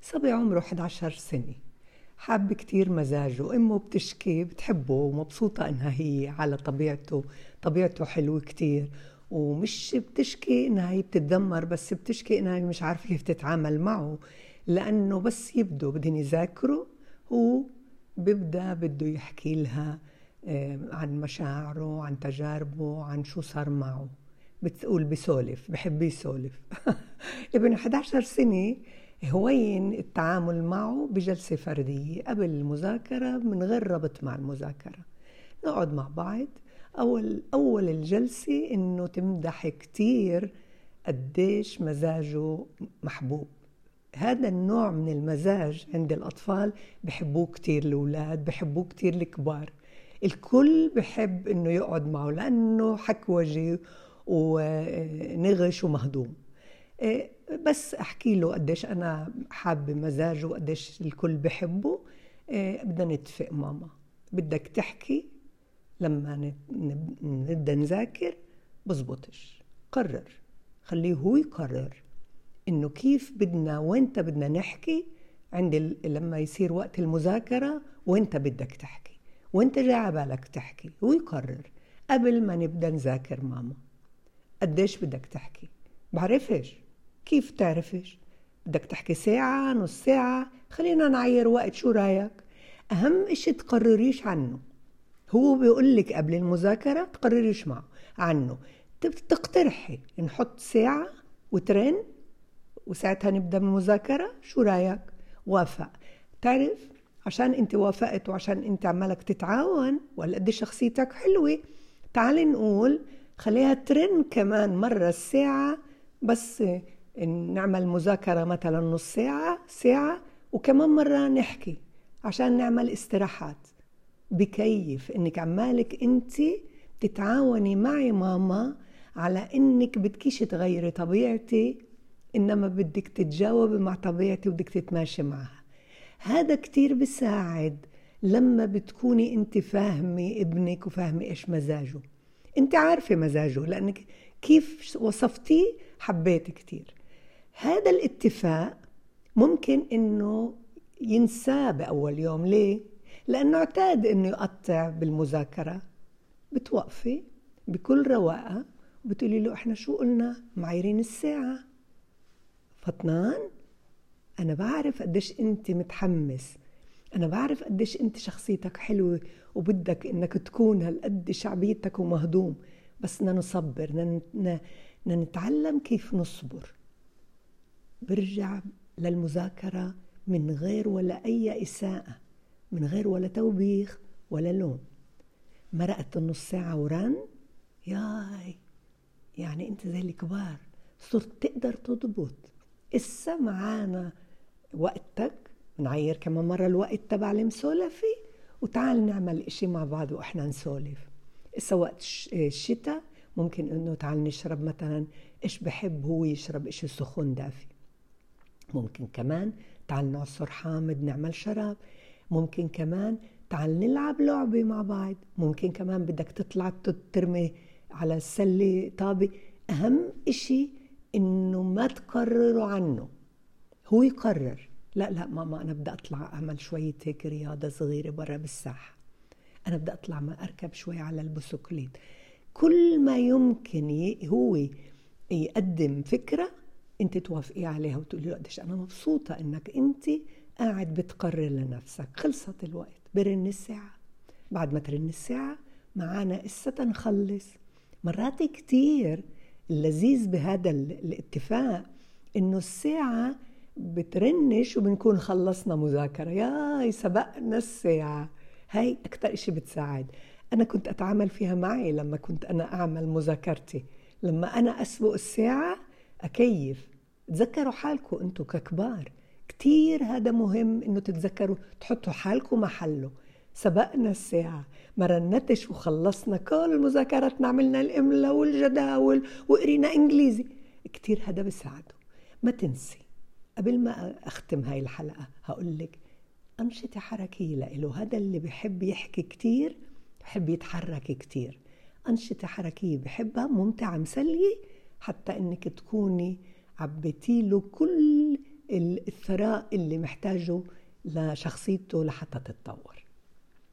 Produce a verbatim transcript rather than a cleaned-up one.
صبي عمره إحدى عشر سنة، حاب كتير مزاجه، أمه بتشكي بتحبه ومبسوطة إنها هي على طبيعته، طبيعته حلوة كتير، ومش بتشكي إنها هي بتتذمر، بس بتشكي إنها هي مش عارفة كيف تتعامل معه، لأنه بس يبدو بدهم يذاكروا هو بيبدأ بده يحكي لها آه، عن مشاعره، عن تجاربه، عن شو صار معه. بتقول بسولف، بحب يسولف. ابن إحدى عشر سنة هوين التعامل معه بجلسة فردية قبل المذاكرة من غير ربط مع المذاكرة. نقعد مع بعض، أول, أول الجلسة إنه تمدح كتير قديش مزاجه محبوب. هذا النوع من المزاج عند الأطفال بحبوه كتير، الأولاد بحبوه كتير، الكبار الكل بحب إنه يقعد معه لأنه حكوجي ونغش ومهضوم. بس أحكي له قديش أنا حابة مزاجه وقديش الكل بحبه. بدنا نتفق ماما، بدك تحكي لما نبدأ نذاكر بزبطش، قرر، خليه هو يقرر إنه كيف بدنا وإنت بدنا نحكي عند لما يصير وقت المذاكرة، وإنت بدك تحكي وإنت جاي عبالك تحكي، هو يقرر قبل ما نبدأ نذاكر. ماما قديش بدك تحكي؟ بعرفش. كيف تعرفش؟ بدك تحكي ساعة، نص ساعة، خلينا نعير وقت، شو رايك؟ أهم إشي تقرريش عنه، هو بيقولك قبل المذاكرة تقرريش معه عنه، تقترحي نحط ساعة وترن وساعتها نبدأ بالمذاكرة، شو رايك؟ وافق. تعرف عشان انت وافقت وعشان انت عمالك تتعاون ولا قد شخصيتك حلوة، تعالي نقول خليها ترن كمان مرة الساعة، بس نعمل مذاكرة مثلا نص ساعة ساعة، وكمان مرة نحكي عشان نعمل استراحات. بكيف انك عمالك انت تتعاوني معي ماما على انك بدكيش تغيري طبيعتي، انما بدك تتجاوبي مع طبيعتي وبدك تتماشي معها. هذا كتير بيساعد لما بتكوني انت فاهمة ابنك وفاهمة ايش مزاجه، انت عارفة مزاجه لانك كيف وصفتيه حبيت كتير. هذا الاتفاق ممكن انه ينساه باول يوم. ليه؟ لانه اعتاد انه يقطع بالمذاكرة. بتوقفي بكل رواقة وبتقولي له احنا شو قلنا؟ معايرين الساعة. فطنان، انا بعرف قديش انت متحمس، انا بعرف قديش انت شخصيتك حلوة وبدك انك تكون هالقد شعبيتك ومهضوم، بس بدنا نصبر، بدنا نتعلم كيف نصبر. برجع للمذاكرة من غير ولا اي اساءة، من غير ولا توبيخ ولا لوم. مرقت النص ساعة ورن، ياي يعني انت زي الكبار صرت تقدر تضبط. إسا معانا وقتك، نعير كمان مرة الوقت تبع المسولفة، وتعال نعمل إشي مع بعض وإحنا نسولف. إسا وقت الشتاء ممكن إنه تعال نشرب مثلا إيش بحب هو يشرب، إشي سخون دافي. ممكن كمان تعال نعصر حامض نعمل شراب. ممكن كمان تعال نلعب لعبة مع بعض. ممكن كمان بدك تطلع ترمي على السلة طابة. أهم إشي إنه ما تقرروا عنه، هو يقرر. لا لا ماما أنا بدي أطلع أعمل شوية هيك رياضة صغيرة برا بالساحة، أنا بدي أطلع ما أركب شوي على البسكليت. كل ما يمكن هو يقدم فكرة أنت توافقي عليها وتقولي له قديش أنا مبسوطة إنك أنت قاعد بتقرر لنفسك. خلصت الوقت، برن الساعة. بعد ما ترن الساعة معانا إسا تنخلص. مرات كتير اللذيذ بهذا الاتفاق إنه الساعة بترنش وبنكون خلصنا مذاكرة، ياي سبقنا الساعة. هاي أكتر إشي بتساعد. أنا كنت أتعامل فيها معي لما كنت أنا أعمل مذاكرتي، لما أنا أسبق الساعة أكيف. تذكروا حالكم أنتوا ككبار، كتير هذا مهم إنه تتذكروا تحطوا حالكم محله. سبقنا الساعة، ما رنتش وخلصنا كل مذاكرتنا، عملنا الإملا والجداول وقرينا إنجليزي. كتير هذا بيساعده. ما تنسي قبل ما أختم هاي الحلقة هقولك أنشطة حركية لإله. هذا اللي بحب يحكي كتير بحب يتحرك كتير. أنشطة حركية بحبها، ممتعة، مسلية، حتى إنك تكوني عبتي له كل الثراء اللي محتاجه لشخصيته لحتى تتطور.